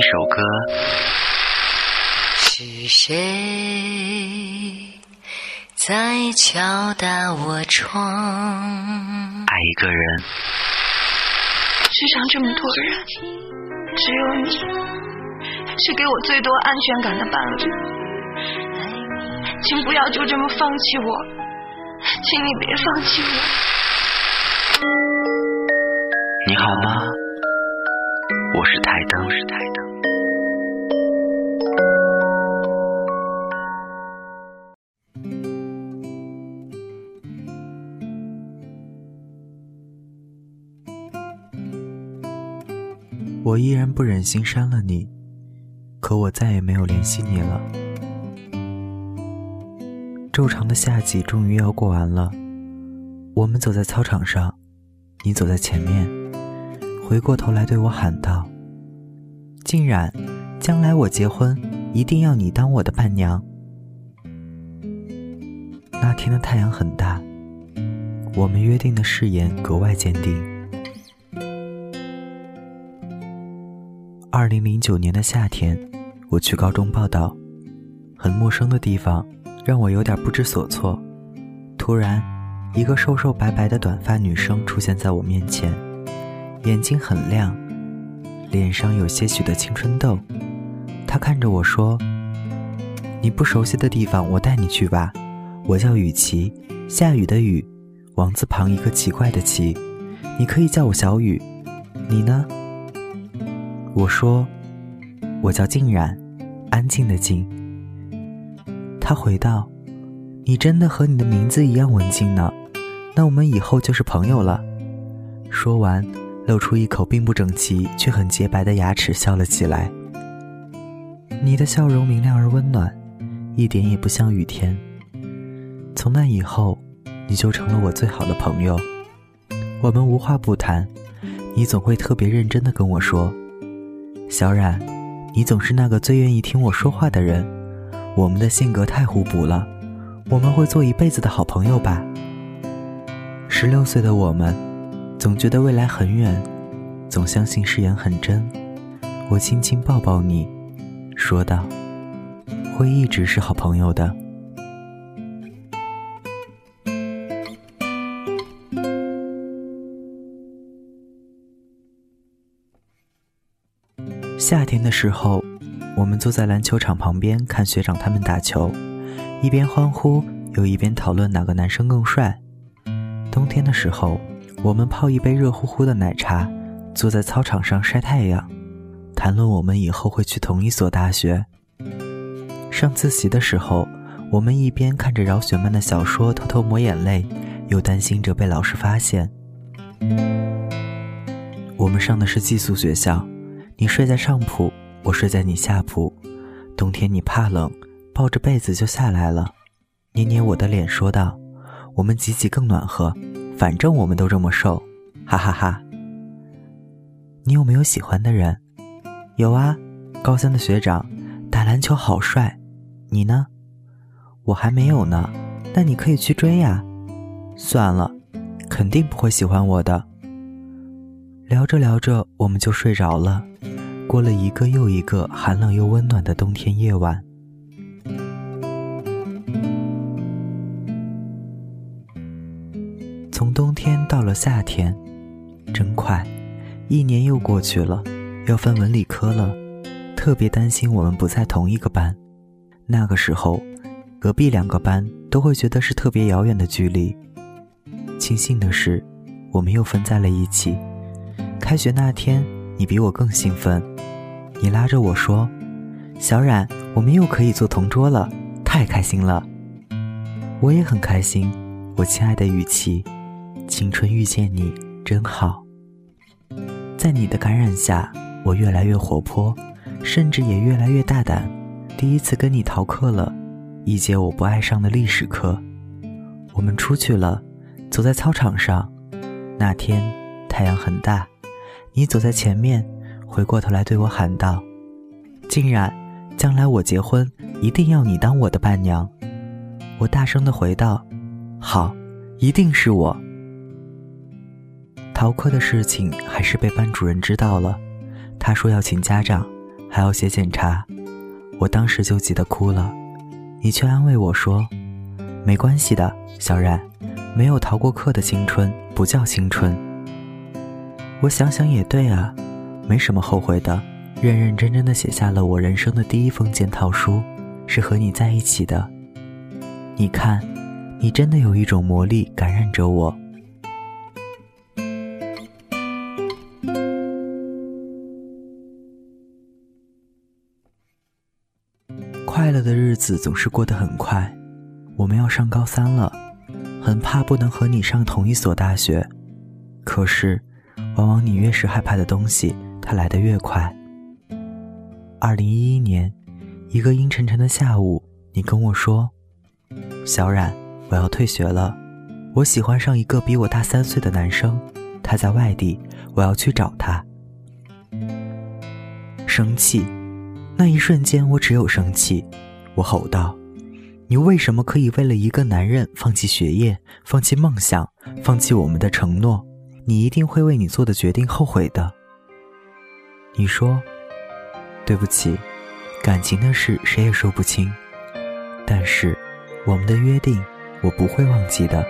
首歌。 是谁在敲打我窗？ 爱一个人， 世上这么多人，只有你是给我最多安全感的伴侣。请不要就这么放弃我，请你别放弃我。 你好吗？我是台灯。 我依然不忍心删了你，可我再也没有联系你了。骤长的夏季终于要过完了，我们走在操场上，你走在前面，回过头来对我喊道：静冉，将来我结婚一定要你当我的伴娘。那天的太阳很大，我们约定的誓言格外坚定。2009年的夏天，我去高中报道，很陌生的地方让我有点不知所措。突然，一个瘦瘦白白的短发女生出现在我面前，眼睛很亮，脸上有些许的青春痘。她看着我说：你不熟悉的地方我带你去吧，我叫雨琦，下雨的雨，王字旁一个奇怪的奇，你可以叫我小雨。你呢？我说：我叫静冉，安静的静。他回道：你真的和你的名字一样文静呢，那我们以后就是朋友了。说完，露出一口并不整齐却很洁白的牙齿，笑了起来。你的笑容明亮而温暖，一点也不像雨天。从那以后，你就成了我最好的朋友。我们无话不谈，你总会特别认真地跟我说：小冉，你总是那个最愿意听我说话的人，我们的性格太互补了，我们会做一辈子的好朋友吧。16岁的我们，总觉得未来很远，总相信誓言很真。我轻轻抱抱你，说道：会一直是好朋友的。夏天的时候，我们坐在篮球场旁边看学长他们打球，一边欢呼又一边讨论哪个男生更帅。冬天的时候，我们泡一杯热乎乎的奶茶，坐在操场上晒太阳，谈论我们以后会去同一所大学。上自习的时候，我们一边看着饶雪漫的小说偷偷抹眼泪，又担心着被老师发现。我们上的是寄宿学校，你睡在上铺，我睡在你下铺。冬天你怕冷，抱着被子就下来了，捏捏我的脸说道：我们挤挤更暖和，反正我们都这么瘦，哈哈哈。你有没有喜欢的人？有啊，高三的学长，打篮球好帅。你呢？我还没有呢，那你可以去追呀。算了，肯定不会喜欢我的。聊着聊着，我们就睡着了。过了一个又一个寒冷又温暖的冬天夜晚。从冬天到了夏天，真快，1年又过去了，要分文理科了，特别担心我们不在同一个班。那个时候，隔壁2个班都会觉得是特别遥远的距离。庆幸的是，我们又分在了一起。开学那天，你比我更兴奋，你拉着我说：小冉，我们又可以做同桌了，太开心了。我也很开心，我亲爱的雨琦，青春遇见你真好。在你的感染下，我越来越活泼，甚至也越来越大胆。第一次跟你逃课了，一节我不爱上的历史课。我们出去了，走在操场上，那天太阳很大，你走在前面，回过头来对我喊道：静冉，将来我结婚一定要你当我的伴娘。我大声地回道：好，一定是我。逃课的事情还是被班主任知道了，他说要请家长， 还要写检查，我当时就急得哭了。你却安慰我说，没关系的，小冉，没有逃过课的青春不叫青春。我想想也对啊，没什么后悔的，认认真真地写下了我人生的第一封检讨书，是和你在一起的。你看，你真的有一种魔力感染着我。快乐的日子总是过得很快，我们要上高三了，很怕不能和你上同一所大学，可是往往你越是害怕的东西，它来得越快。2011年，一个阴沉沉的下午，你跟我说，小冉，我要退学了，我喜欢上一个比我大3岁的男生，他在外地，我要去找他。生气，那一瞬间我只有生气。我吼道，你为什么可以为了一个男人放弃学业，放弃梦想，放弃我们的承诺？你一定会为你做的决定后悔的。你说，对不起，感情的事谁也说不清，但是我们的约定我不会忘记的。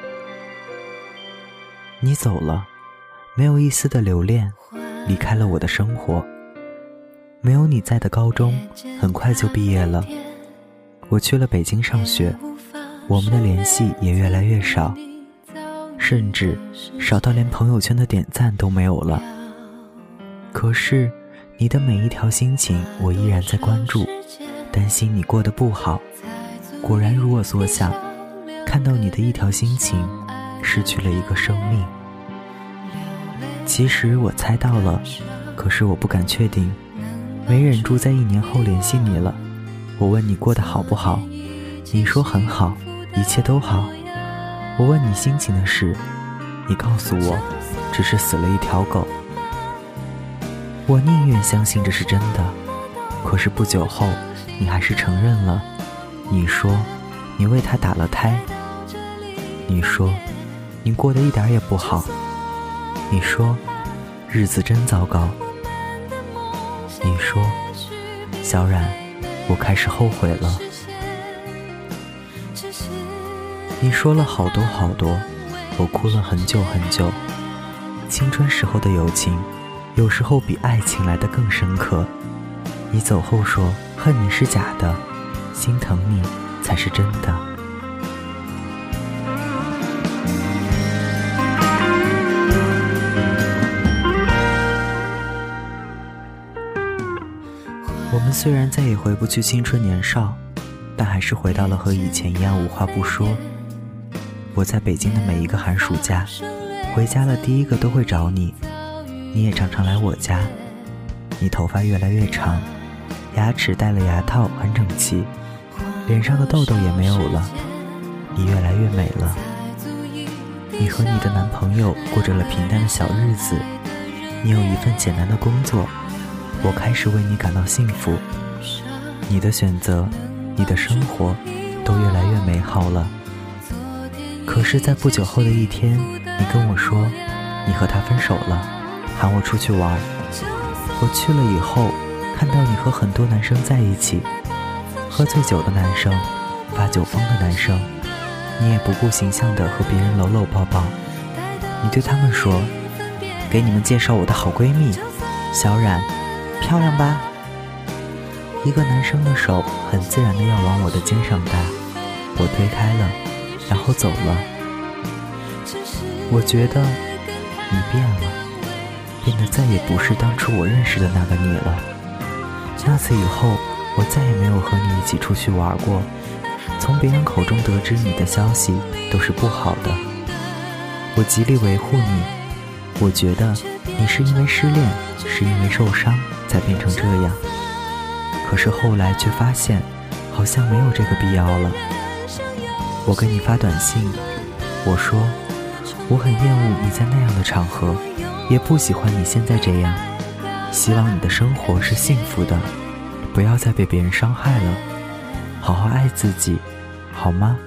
你走了，没有一丝的留恋，离开了我的生活。没有你在的高中很快就毕业了，我去了北京上学，我们的联系也越来越少，甚至少到连朋友圈的点赞都没有了。可是你的每一条心情我依然在关注，担心你过得不好。果然如我所想，看到你的一条心情失去了一个生命。其实我猜到了，可是我不敢确定，没忍住在1年后联系你了。我问你过得好不好，你说很好，一切都好。我问你心情的事，你告诉我只是死了一条狗。我宁愿相信这是真的，可是不久后你还是承认了。你说你为他打了胎，你说你过得一点也不好，你说日子真糟糕，你说小冉，我开始后悔了。你说了好多好多，我哭了很久很久。青春时候的友情有时候比爱情来得更深刻。你走后说恨你是假的，心疼你才是真的。我们虽然再也回不去青春年少，但还是回到了和以前一样无话不说。我在北京的每一个寒暑假，回家了第一个都会找你，你也常常来我家。你头发越来越长，牙齿戴了牙套很整齐，脸上的痘痘也没有了，你越来越美了。你和你的男朋友过着了平淡的小日子，你有一份简单的工作，我开始为你感到幸福。你的选择，你的生活都越来越美好了。可是在不久后的一天，你跟我说你和他分手了，喊我出去玩。我去了以后，看到你和很多男生在一起，喝醉酒的男生，发酒疯的男生，你也不顾形象地和别人搂搂抱抱。你对他们说，给你们介绍我的好闺蜜小冉，漂亮吧？一个男生的手很自然地要往我的肩上搭，我推开了，然后走了。我觉得你变了，变得再也不是当初我认识的那个你了。那次以后，我再也没有和你一起出去玩过，从别人口中得知你的消息都是不好的。我极力维护你，我觉得你是因为失恋，是因为受伤才变成这样。可是后来却发现，好像没有这个必要了。我给你发短信，我说我很厌恶你在那样的场合，也不喜欢你现在这样，希望你的生活是幸福的，不要再被别人伤害了，好好爱自己，好吗？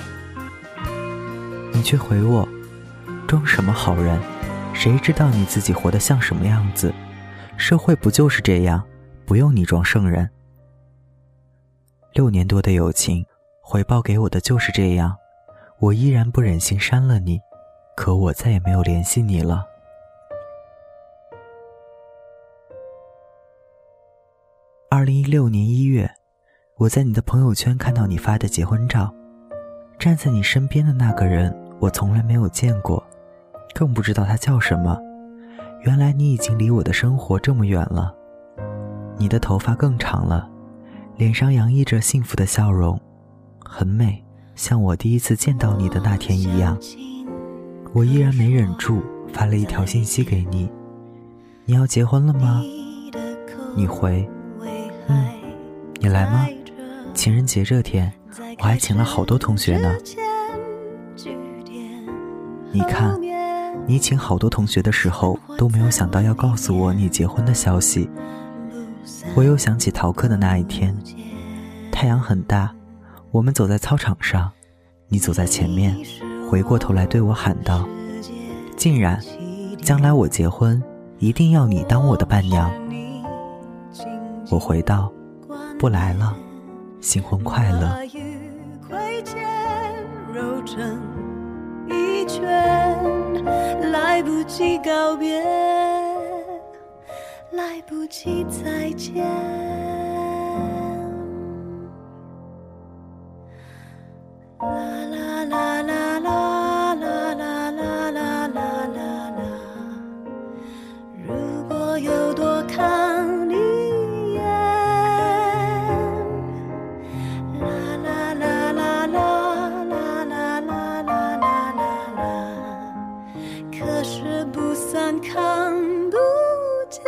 你却回我，装什么好人，谁知道你自己活得像什么样子？社会不就是这样， 不用你装圣人。6年多的友情，回报给我的就是这样，我依然不忍心删了你，可我再也没有联系你了。2016年1月，我在你的朋友圈看到你发的结婚照，站在你身边的那个人，我从来没有见过，更不知道他叫什么。原来你已经离我的生活这么远了。你的头发更长了，脸上洋溢着幸福的笑容，很美，像我第一次见到你的那天一样。我依然没忍住，发了一条信息给你，你要结婚了吗？你回，你来吗？情人节这天，我还请了好多同学呢。你看，你请好多同学的时候，都没有想到要告诉我你结婚的消息。我又想起逃课的那一天，太阳很大，我们走在操场上，你走在前面，回过头来对我喊道：竟然，将来我结婚，一定要你当我的伴娘。我回道：不来了，新婚快乐。 来不及告别，来不及再见。啦啦啦啦啦啦啦啦啦啦啦啦，如果有多看你一眼，啦啦啦啦啦啦啦啦啦啦啦，可是不散看不见。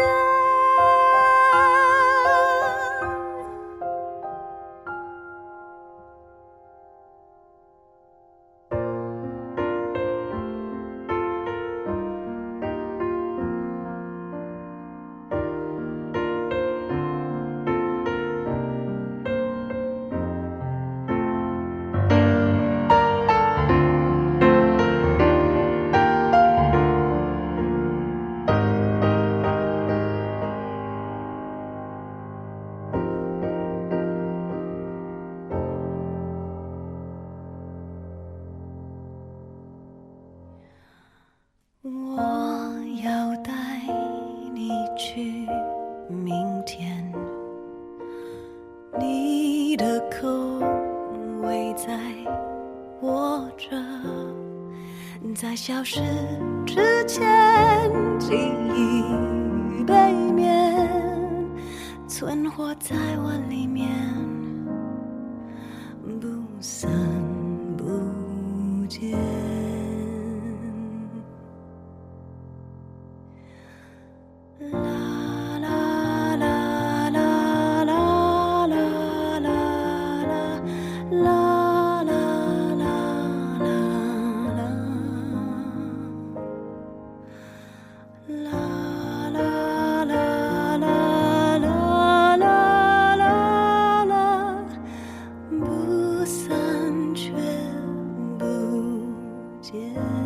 我要带你去明天，你的口味在握着，在消失之前，记忆背面存活在我里面，不散不见。不散却不见。